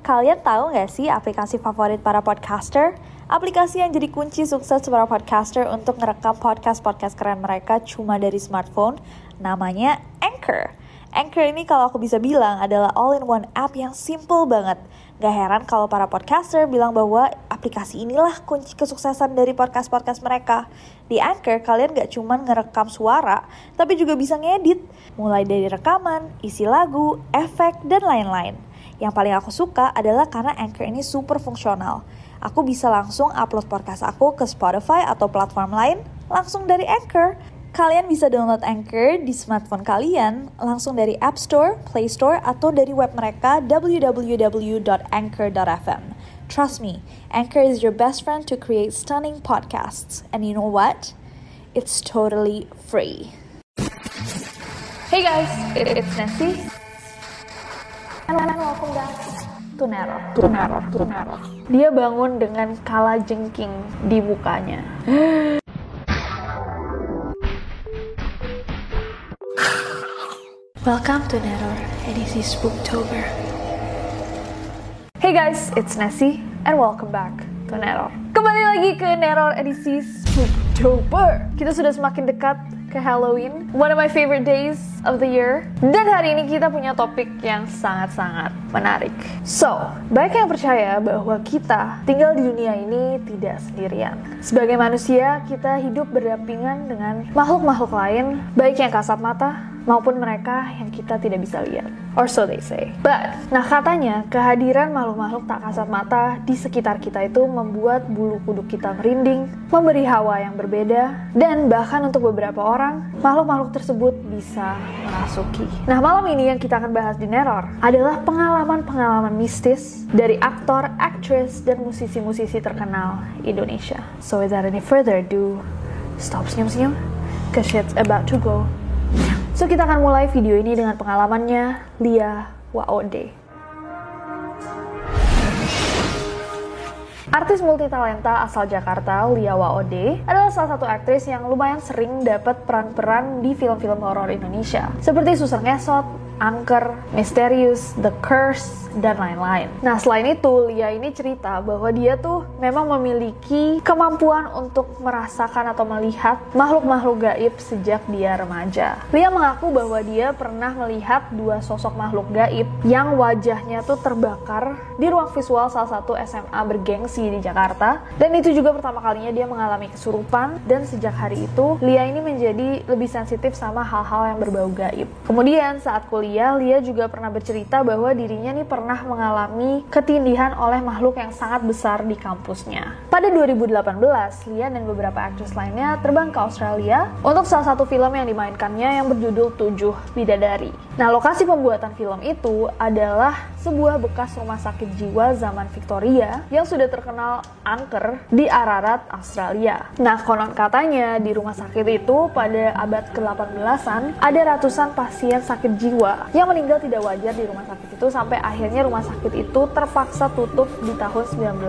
Kalian tahu nggak sih aplikasi favorit para podcaster? Aplikasi yang jadi kunci sukses para podcaster untuk ngerekam podcast-podcast keren mereka cuma dari smartphone, namanya Anchor. Anchor ini kalau aku bisa bilang adalah all-in-one app yang simple banget. Gak heran kalau para podcaster bilang bahwa aplikasi inilah kunci kesuksesan dari podcast-podcast mereka. Di Anchor, kalian gak cuma ngerekam suara, tapi juga bisa ngedit. Mulai dari rekaman, isi lagu, efek, dan lain-lain. Yang paling aku suka adalah karena Anchor ini super fungsional. Aku bisa langsung upload podcast aku ke Spotify atau platform lain langsung dari Anchor. Kalian bisa download Anchor di smartphone kalian langsung dari App Store, Play Store, atau dari web mereka www.anchor.fm. Trust me, Anchor is your best friend to create stunning podcasts. And you know what? It's totally free. Hey guys, it's Nancy. And welcome back to Neror. Dia bangun dengan kala jengking di mukanya. Welcome to Neror, edisi Spooktober. Hey guys, it's Nessie, and welcome back to Neror. Kembali lagi ke Neror edisi Spooktober. Kita sudah semakin dekat ke Halloween, one of my favorite days of the year. Dan hari ini kita punya topik yang sangat-sangat menarik. So, banyak yang percaya bahwa kita tinggal di dunia ini tidak sendirian. Sebagai manusia, kita hidup berdampingan dengan makhluk-makhluk lain, baik yang kasat mata maupun mereka yang kita tidak bisa lihat. Or so they say. Nah katanya, kehadiran makhluk-makhluk tak kasat mata di sekitar kita itu membuat bulu kuduk kita merinding, memberi hawa yang berbeda, dan bahkan untuk beberapa orang, makhluk-makhluk tersebut bisa merasuki. Nah malam ini yang kita akan bahas di Neror adalah pengalaman-pengalaman mistis dari aktor, aktris, dan musisi-musisi terkenal Indonesia. So without any further ado, stop senyum-senyum, cause shit's about to go. So kita akan mulai video ini dengan pengalamannya Lia Waode. Artis multitalenta asal Jakarta, Lia Waode, adalah salah satu aktris yang lumayan sering dapat peran-peran di film-film horor Indonesia, seperti Suster Ngesot, Angker, Misterius, The Curse, dan lain-lain. Nah, selain itu, Lia ini cerita bahwa dia tuh memang memiliki kemampuan untuk merasakan atau melihat makhluk-makhluk gaib sejak dia remaja. Lia mengaku bahwa dia pernah melihat dua sosok makhluk gaib yang wajahnya tuh terbakar di ruang visual salah satu SMA bergengsi di Jakarta. Dan itu juga pertama kalinya dia mengalami kesurupan, dan sejak hari itu, Lia ini menjadi lebih sensitif sama hal-hal yang berbau gaib. Kemudian, saat kuliah, Lia juga pernah bercerita bahwa dirinya nih pernah mengalami ketindihan oleh makhluk yang sangat besar di kampusnya. Pada 2018, Lia dan beberapa aktris lainnya terbang ke Australia untuk salah satu film yang dimainkannya yang berjudul 7 Bidadari. Nah, lokasi pembuatan film itu adalah sebuah bekas rumah sakit jiwa zaman Victoria yang sudah terkenal angker di Ararat, Australia. Nah, konon katanya di rumah sakit itu pada abad ke-18an ada ratusan pasien sakit jiwa yang meninggal tidak wajar di rumah sakit itu sampai akhirnya rumah sakit itu terpaksa tutup di tahun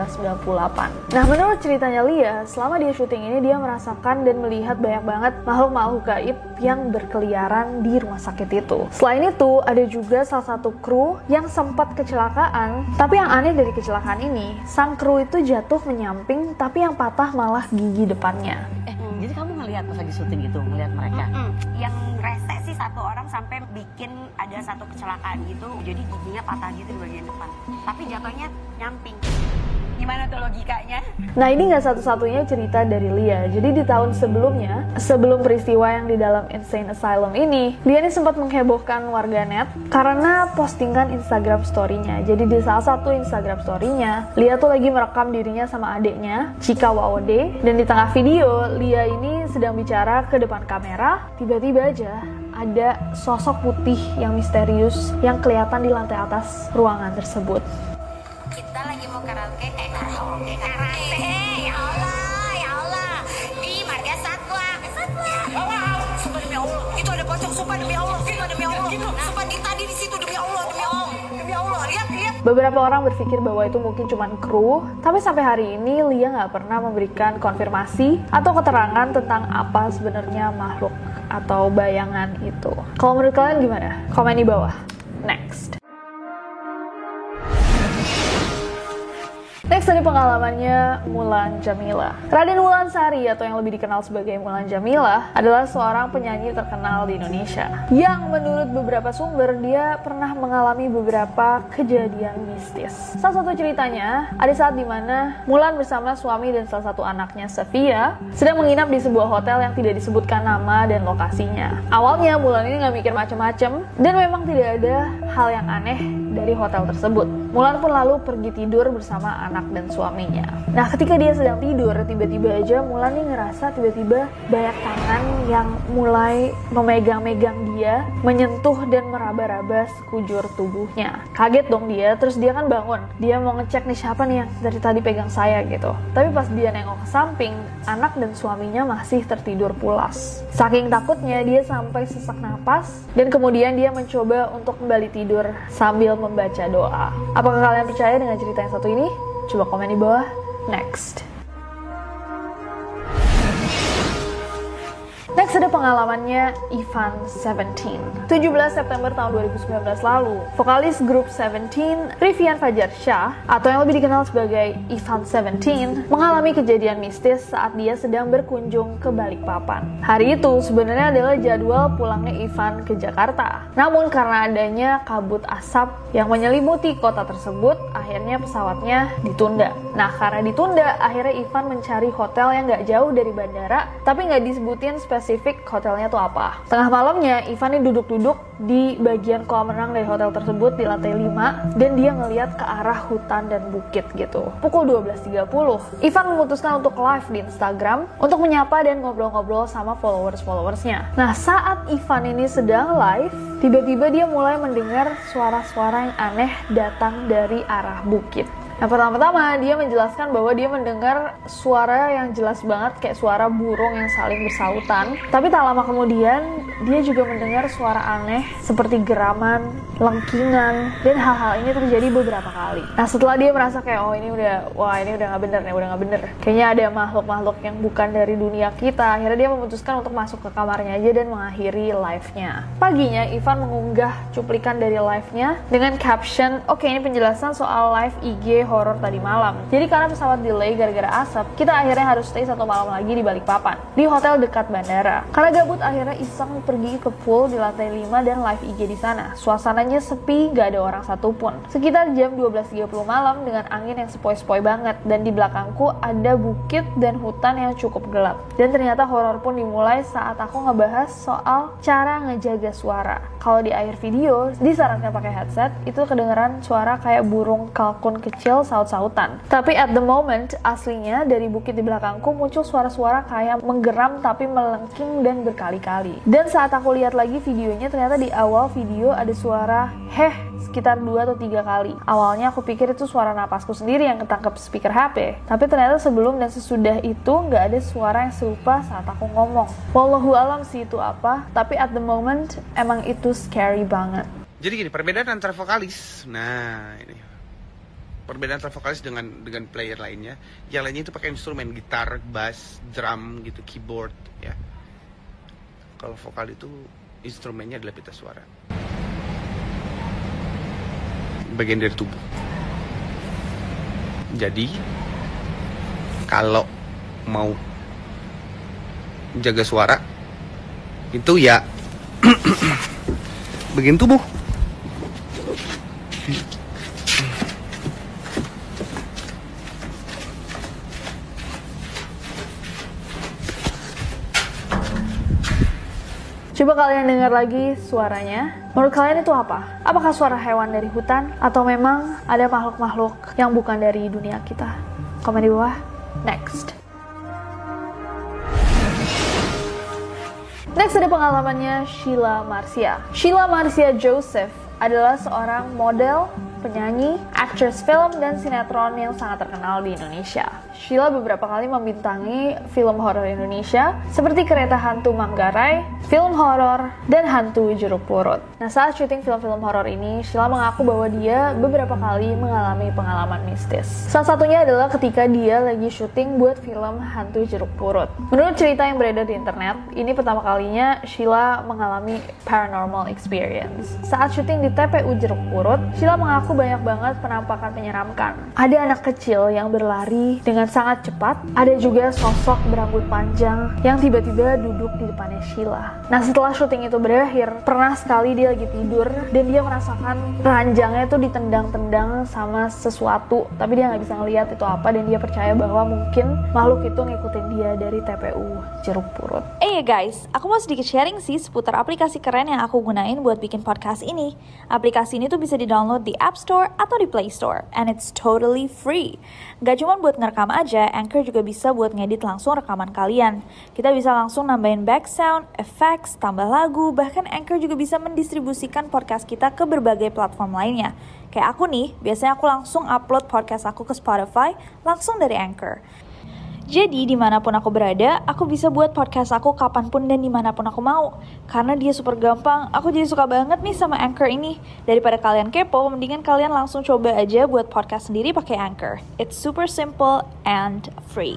1998. Nah, menurut ceritanya Lia, selama dia syuting ini dia merasakan dan melihat banyak banget makhluk-makhluk gaib yang berkeliaran di rumah sakit itu. Selain itu, ada juga salah satu kru yang sempat kecelakaan, tapi yang aneh dari kecelakaan ini, sang kru itu jatuh menyamping tapi yang patah malah gigi depannya. Jadi kamu ngelihat pas lagi syuting itu, ngelihat mereka? Yang rese sih satu orang sampai bikin ada satu kecelakaan gitu, jadi giginya patah gitu di bagian depan. Tapi jatuhnya nyamping. Gimana tuh logikanya? Nah, ini nggak satu-satunya cerita dari Lia. Jadi di tahun sebelumnya, sebelum peristiwa yang di dalam Insane Asylum ini, Lia ini sempat menghebohkan warganet karena postingan Instagram story-nya. Jadi di salah satu Instagram story-nya, Lia tuh lagi merekam dirinya sama adiknya, Chika Waode, dan di tengah video, Lia ini sedang bicara ke depan kamera, tiba-tiba aja ada sosok putih yang misterius yang kelihatan di lantai atas ruangan tersebut. Kita lagi mau karaoke, karaoke. Ya Allah. Ih, marga satwa. Wow, sumpah demi Allah. Itu ada pocong, sumpah demi Allah. Sumpah demi Allah. Sumpah tadi di situ demi Allah. Demi Allah. Lihat. Beberapa orang berpikir bahwa itu mungkin cuma kru, tapi sampai hari ini Lia nggak pernah memberikan konfirmasi atau keterangan tentang apa sebenarnya makhluk atau bayangan itu. Kalau menurut kalian gimana? Komen di bawah. Next. Next ada pengalamannya Mulan Jamila. Raden Wulansari atau yang lebih dikenal sebagai Mulan Jamila adalah seorang penyanyi terkenal di Indonesia yang menurut beberapa sumber dia pernah mengalami beberapa kejadian mistis. Salah satu ceritanya ada saat dimana Mulan bersama suami dan salah satu anaknya Sofia sedang menginap di sebuah hotel yang tidak disebutkan nama dan lokasinya. Awalnya Mulan ini nggak mikir macam-macam dan memang tidak ada hal yang aneh dari hotel tersebut. Mulan pun lalu pergi tidur bersama anak dan suaminya. Nah, ketika dia sedang tidur, tiba-tiba aja Mulan nih ngerasa tiba-tiba banyak tangan yang mulai memegang-megang dia, menyentuh dan meraba-raba sekujur tubuhnya. Kaget dong dia, terus dia kan bangun. Dia mau ngecek nih siapa nih yang dari tadi pegang saya gitu. Tapi pas dia nengok ke samping, anak dan suaminya masih tertidur pulas. Saking takutnya dia sampai sesak napas dan kemudian dia mencoba untuk kembali tidur sambil membaca doa. Apakah kalian percaya dengan cerita yang satu ini? Coba komen di bawah. Next. Next ada pengalamannya Ivan 17. 17 September tahun 2019 lalu, vokalis grup Seventeen, Rivian Fajar Shah, atau yang lebih dikenal sebagai Ivan 17, mengalami kejadian mistis saat dia sedang berkunjung ke Balikpapan. Hari itu sebenarnya adalah jadwal pulangnya Ivan ke Jakarta. Namun karena adanya kabut asap yang menyelimuti kota tersebut, akhirnya pesawatnya ditunda. Nah, karena ditunda, akhirnya Ivan mencari hotel yang gak jauh dari bandara, tapi gak disebutin spesifik hotelnya tuh apa. Tengah malamnya, Ivan ini duduk-duduk di bagian kolam renang dari hotel tersebut di lantai 5 dan dia ngeliat ke arah hutan dan bukit gitu. Pukul 12.30, Ivan memutuskan untuk live di Instagram untuk menyapa dan ngobrol-ngobrol sama followers-followersnya. Nah, saat Ivan ini sedang live, tiba-tiba dia mulai mendengar suara-suara yang aneh datang dari arah bukit. Nah, pertama-tama dia menjelaskan bahwa dia mendengar suara yang jelas banget kayak suara burung yang saling bersautan. Tapi tak lama kemudian dia juga mendengar suara aneh seperti geraman, lengkingan, dan hal-hal ini terjadi beberapa kali. Nah, setelah dia merasa kayak ini udah nggak bener nih, udah nggak bener. Kayaknya ada makhluk-makhluk yang bukan dari dunia kita. Akhirnya dia memutuskan untuk masuk ke kamarnya aja dan mengakhiri live-nya. Paginya Ivan mengunggah cuplikan dari live-nya dengan caption, "Oke, ini penjelasan soal live IG horor tadi malam. Jadi karena pesawat delay gara-gara asap, kita akhirnya harus stay 1 malam lagi di Balikpapan, di hotel dekat bandara. Karena gabut akhirnya iseng pergi ke pool di lantai 5 dan live IG di sana. Suasananya sepi, gak ada orang satupun. Sekitar jam 12.30 malam dengan angin yang sepoi-sepoi banget dan di belakangku ada bukit dan hutan yang cukup gelap. Dan ternyata horor pun dimulai saat aku ngebahas soal cara ngejaga suara. Kalau di akhir video disarankan pakai headset, itu kedengeran suara kayak burung kalkun kecil saut-sautan. Tapi at the moment, aslinya dari bukit di belakangku muncul suara-suara kayak menggeram tapi melengking dan berkali-kali. Dan saat aku lihat lagi videonya, ternyata di awal video ada suara heh sekitar 2 atau 3 kali. Awalnya aku pikir itu suara napasku sendiri yang ketangkep speaker HP. Tapi ternyata sebelum dan sesudah itu nggak ada suara yang serupa saat aku ngomong. Wallahu alam sih itu apa, tapi at the moment emang itu scary banget. Jadi gini, perbedaan antara vokalis. Nah, ini perbedaan antara vokalis dengan player lainnya. Yang lainnya itu pakai instrumen gitar, bass, drum gitu, keyboard ya. Kalau vokal itu instrumennya adalah pita suara. Bagian dari tubuh. Jadi kalau mau jaga suara itu ya bagian tubuh. Coba kalian dengar lagi suaranya. Menurut kalian itu apa? Apakah suara hewan dari hutan? Atau memang ada makhluk-makhluk yang bukan dari dunia kita? Komen di bawah. Next. Next ada pengalamannya Sheila Marcia. Sheila Marcia Joseph adalah seorang model, penyanyi, aktris film, dan sinetron yang sangat terkenal di Indonesia. Sheila beberapa kali membintangi film horor Indonesia seperti Kereta Hantu Manggarai, film horor, dan Hantu Jeruk Purut. Nah, saat syuting film-film horor ini, Sheila mengaku bahwa dia beberapa kali mengalami pengalaman mistis. Salah satunya adalah ketika dia lagi syuting buat film Hantu Jeruk Purut. Menurut cerita yang beredar di internet, ini pertama kalinya Sheila mengalami paranormal experience. Saat syuting di TPU Jeruk Purut, Sheila mengaku menurutku banyak banget penampakan menyeramkan. Ada anak kecil yang berlari dengan sangat cepat, ada juga sosok berambut panjang yang tiba-tiba duduk di depannya Sheila. Nah, setelah syuting itu berakhir, pernah sekali dia lagi tidur dan dia merasakan ranjangnya tuh ditendang-tendang sama sesuatu, tapi dia nggak bisa ngeliat itu apa, dan dia percaya bahwa mungkin makhluk itu ngikutin dia dari TPU Jeruk Purut. Guys, aku mau sedikit sharing sih seputar aplikasi keren yang aku gunain buat bikin podcast ini. Aplikasi ini tuh bisa di-download di App Store atau di Play Store, and it's totally free. Gak cuma buat ngerekam aja, Anchor juga bisa buat ngedit langsung rekaman kalian. Kita bisa langsung nambahin back sound, effects, tambah lagu, bahkan Anchor juga bisa mendistribusikan podcast kita ke berbagai platform lainnya. Kayak aku nih, biasanya aku langsung upload podcast aku ke Spotify langsung dari Anchor. Jadi dimanapun aku berada, aku bisa buat podcast aku kapanpun dan dimanapun aku mau. Karena dia super gampang, aku jadi suka banget nih sama Anchor ini. Daripada kalian kepo, mendingan kalian langsung coba aja buat podcast sendiri pakai Anchor. It's super simple and free.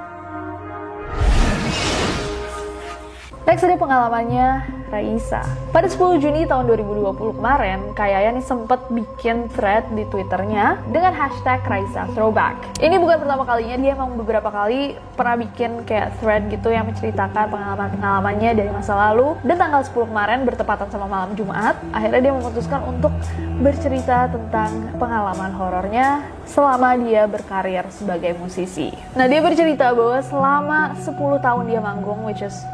Next ada pengalamannya Raisa. Pada 10 Juni tahun 2020 kemarin, Kayaya nih sempet bikin thread di Twitternya dengan hashtag Raisa Throwback. Ini bukan pertama kalinya, dia emang beberapa kali pernah bikin kayak thread gitu yang menceritakan pengalaman-pengalamannya dari masa lalu. Dan tanggal 10 kemarin bertepatan sama malam Jumat, akhirnya dia memutuskan untuk bercerita tentang pengalaman horornya selama dia berkarir sebagai musisi. Nah, dia bercerita bahwa selama 10 tahun dia manggung, which is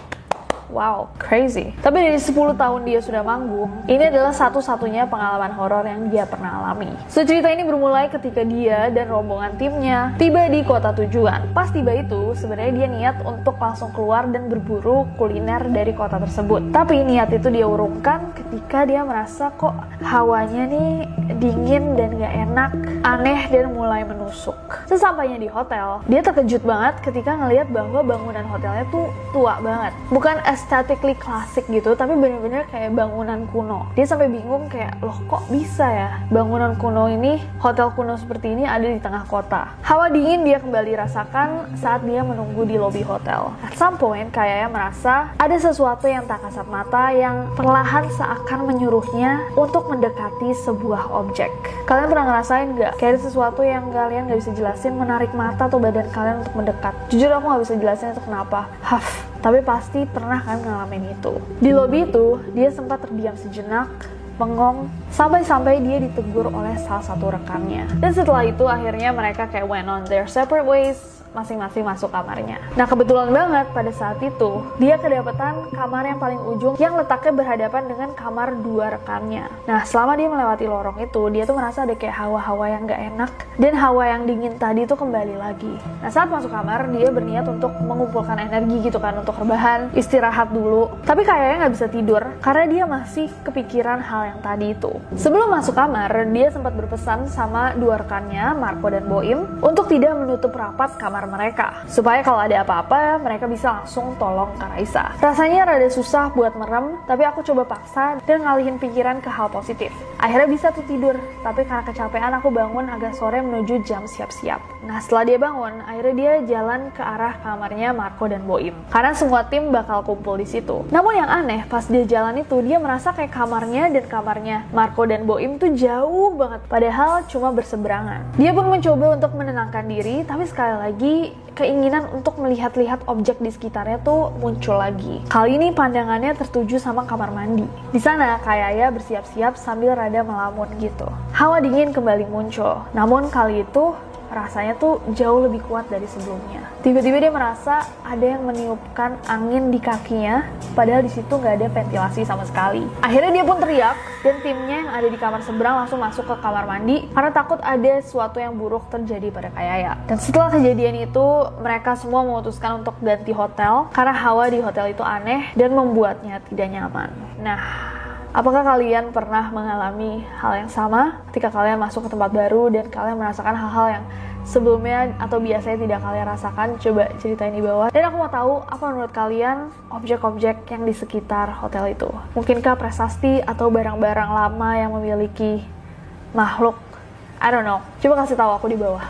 wow, crazy. Tapi dari 10 tahun dia sudah manggung, ini adalah satu-satunya pengalaman horor yang dia pernah alami. So, cerita ini bermulai ketika dia dan rombongan timnya tiba di kota tujuan. Pas tiba itu, sebenarnya dia niat untuk langsung keluar dan berburu kuliner dari kota tersebut. Tapi niat itu dia urungkan ketika dia merasa kok hawanya nih dingin dan gak enak, aneh dan mulai menusuk. Sesampainya di hotel, dia terkejut banget ketika ngelihat bahwa bangunan hotelnya tuh tua banget. Bukan aesthetically klasik gitu, tapi bener-bener kayak bangunan kuno. Dia sampai bingung kayak, loh kok bisa ya bangunan kuno ini, hotel kuno seperti ini ada di tengah kota. Hawa dingin dia kembali rasakan saat dia menunggu di lobi hotel. At some point, kayaknya merasa ada sesuatu yang tak kasat mata yang perlahan seakan menyuruhnya untuk mendekati sebuah objek. Kalian pernah ngerasain gak? Kayak ada sesuatu yang kalian gak bisa jelasin menarik mata atau badan kalian untuk mendekat. Jujur aku gak bisa jelasin itu kenapa. Tapi pasti pernah kan ngalamin itu. Di lobi itu, dia sempat terdiam sejenak, bengong, sampai-sampai dia ditegur oleh salah satu rekannya. Dan setelah itu akhirnya mereka kayak went on their separate ways, masing-masing masuk kamarnya. Nah, kebetulan banget pada saat itu dia kedapatan kamar yang paling ujung yang letaknya berhadapan dengan kamar dua rekannya. Nah, selama dia melewati lorong itu, dia tuh merasa ada kayak hawa-hawa yang gak enak dan hawa yang dingin tadi tuh kembali lagi. Nah, saat masuk kamar dia berniat untuk mengumpulkan energi gitu kan, untuk rebahan, istirahat dulu. Tapi kayaknya gak bisa tidur karena dia masih kepikiran hal yang tadi itu. Sebelum masuk kamar, dia sempat berpesan sama dua rekannya, Marco dan Boim, untuk tidak menutup rapat kamar mereka, supaya kalau ada apa-apa mereka bisa langsung tolong Kak Raisa. Rasanya rada susah buat merem, tapi aku coba paksa dan ngalihin pikiran ke hal positif. Akhirnya bisa tuh tidur, tapi karena kecapean aku bangun agak sore menuju jam siap-siap. Nah, setelah dia bangun, akhirnya dia jalan ke arah kamarnya Marco dan Boim, karena semua tim bakal kumpul di situ. Namun yang aneh, pas dia jalan itu, dia merasa kayak kamarnya dan kamarnya Marco dan Boim tuh jauh banget, padahal cuma berseberangan. Dia pun mencoba untuk menenangkan diri, tapi sekali lagi keinginan untuk melihat-lihat objek di sekitarnya tuh muncul lagi. Kali ini pandangannya tertuju sama kamar mandi. Di sana Kayaya bersiap-siap sambil rada melamun gitu. Hawa dingin kembali muncul. Namun kali itu rasanya tuh jauh lebih kuat dari sebelumnya. Tiba-tiba dia merasa ada yang meniupkan angin di kakinya, padahal di situ nggak ada ventilasi sama sekali. Akhirnya dia pun teriak, dan timnya yang ada di kamar seberang langsung masuk ke kamar mandi karena takut ada sesuatu yang buruk terjadi pada Kayaya. Dan setelah kejadian itu, mereka semua memutuskan untuk ganti hotel karena hawa di hotel itu aneh dan membuatnya tidak nyaman. Nah, apakah kalian pernah mengalami hal yang sama ketika kalian masuk ke tempat baru dan kalian merasakan hal-hal yang sebelumnya atau biasanya tidak kalian rasakan? Coba ceritain di bawah. Dan aku mau tahu apa menurut kalian objek-objek yang di sekitar hotel itu. Mungkinkah prasasti atau barang-barang lama yang memiliki makhluk? I don't know. Coba kasih tahu aku di bawah.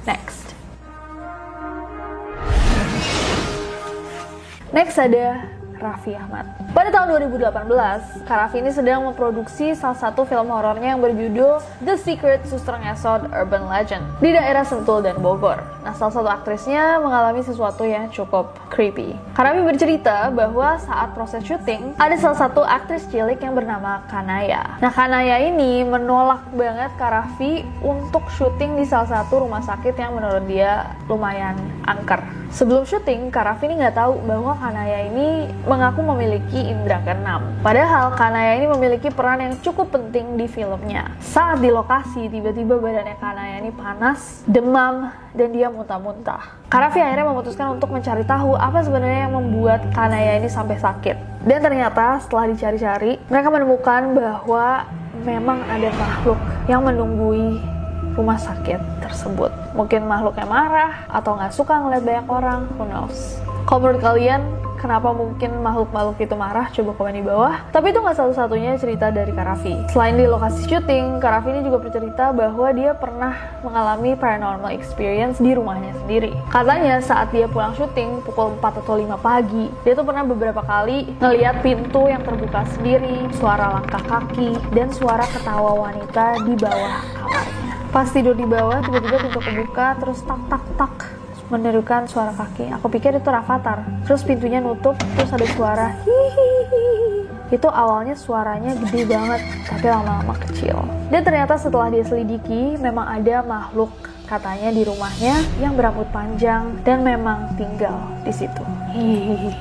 Next ada Raffi Ahmad. Pada tahun 2018, Kak Raffi ini sedang memproduksi salah satu film horornya yang berjudul The Secret Suster Ngesot Urban Legend di daerah Sentul dan Bogor. Nah, salah satu aktrisnya mengalami sesuatu yang cukup creepy. Kak Raffi bercerita bahwa saat proses syuting, ada salah satu aktris cilik yang bernama Kanaya. Nah, Kanaya ini menolak banget Kak Raffi untuk syuting di salah satu rumah sakit yang menurut dia lumayan angker. Sebelum syuting, Kak Raffi ini nggak tahu bahwa Kanaya ini mengaku memiliki indera keenam. Padahal Kanaya ini memiliki peran yang cukup penting di filmnya. Saat di lokasi, tiba-tiba badannya Kanaya ini panas, demam, dan dia muntah-muntah. Kak Raffi akhirnya memutuskan untuk mencari tahu apa sebenarnya yang membuat Kanaya ini sampai sakit. Dan ternyata setelah dicari-cari, mereka menemukan bahwa memang ada makhluk yang menunggui rumah sakit tersebut. Mungkin makhluknya marah atau nggak suka ngeliat banyak orang, who knows. Kalau menurut kalian, kenapa mungkin makhluk-makhluk itu marah? Coba komen di bawah. Tapi itu nggak satu-satunya cerita dari Kak Raffi. Selain di lokasi syuting, Kak Raffi ini juga bercerita bahwa dia pernah mengalami paranormal experience di rumahnya sendiri. Katanya saat dia pulang syuting pukul 4 atau 5 pagi, dia tuh pernah beberapa kali ngeliat pintu yang terbuka sendiri, suara langkah kaki, dan suara ketawa wanita di bawah kamarnya. Pas tidur di bawah, tiba-tiba pintu kebuka, terus tak menirukan suara kaki. Aku pikir itu Rafathar. Terus pintunya nutup, terus ada suara hihihi. Itu awalnya suaranya gede banget, tapi lama-lama kecil. Dan ternyata setelah dia selidiki, memang ada makhluk katanya di rumahnya yang berambut panjang dan memang tinggal di situ. Hihihi.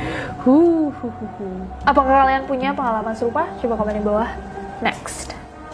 Apakah kalian punya pengalaman serupa? Coba komen di bawah. Next.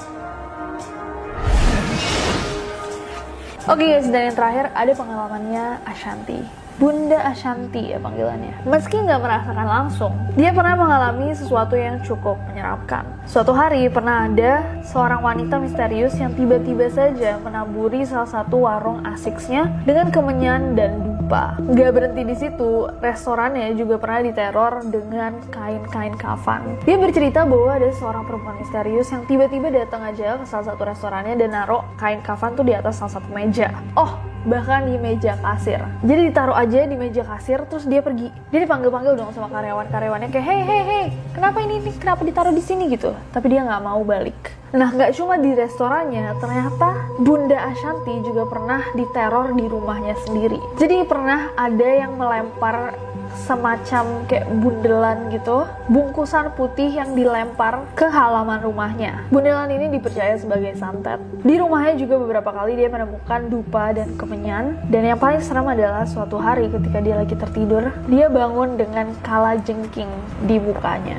Oke guys, dan yang terakhir ada pengalamannya Ashanti. Bunda Ashanti ya panggilannya. Meski nggak merasakan langsung, dia pernah mengalami sesuatu yang cukup menyeramkan. Suatu hari pernah ada seorang wanita misterius yang tiba-tiba saja menaburi salah satu warung asiksnya dengan kemenyan dan dupa. Nggak berhenti di situ, restorannya juga pernah diteror dengan kain-kain kafan. Dia bercerita bahwa ada seorang perempuan misterius yang tiba-tiba datang aja ke salah satu restorannya dan naruh kain kafan tuh di atas salah satu meja. Oh, bahkan di meja kasir. Jadi ditaruh aja di meja kasir, terus dia pergi. Dia dipanggil-panggil dong sama karyawan-karyawannya kayak, hey, kenapa ini kenapa ditaruh di sini gitu. Tapi dia nggak mau balik. Nah, nggak cuma di restorannya, ternyata Bunda Ashanti juga pernah diteror di rumahnya sendiri. Jadi pernah ada yang melempar semacam kayak bundelan gitu, bungkusan putih yang dilempar ke halaman rumahnya. Bundelan ini dipercaya sebagai santet. Di rumahnya juga beberapa kali dia menemukan dupa dan kemenyan. Dan yang paling seram adalah suatu hari ketika dia lagi tertidur, dia bangun dengan kalajengking di mukanya.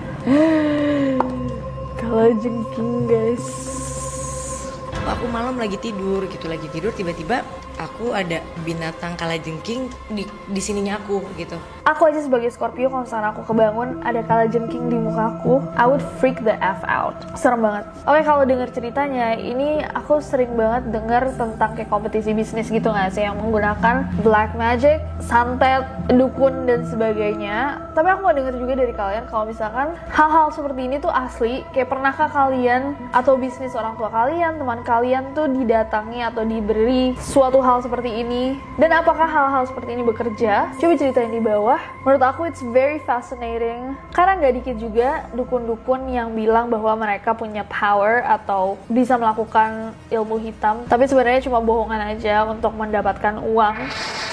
Kalajengking guys. Aku malam lagi tidur tiba-tiba aku ada binatang kalajengking di sininya aku gitu. Aku aja sebagai Scorpio, kalau misalnya aku kebangun ada kalajengking di mukaku, I would freak the F out. Serem banget. Oke, kalau denger ceritanya, ini aku sering banget denger tentang kayak kompetisi bisnis gitu gak sih, yang menggunakan black magic, santet, dukun, dan sebagainya. Tapi aku mau denger juga dari kalian kalau misalkan hal-hal seperti ini tuh asli. Kayak pernahkah kalian atau bisnis orang tua kalian, teman kalian tuh didatangi atau diberi suatu hal seperti ini? Dan apakah hal-hal seperti ini bekerja? Coba ceritain di bawah. Menurut aku it's very fascinating. Karena gak dikit juga dukun-dukun yang bilang bahwa mereka punya power atau bisa melakukan ilmu hitam, tapi sebenarnya cuma bohongan aja untuk mendapatkan uang.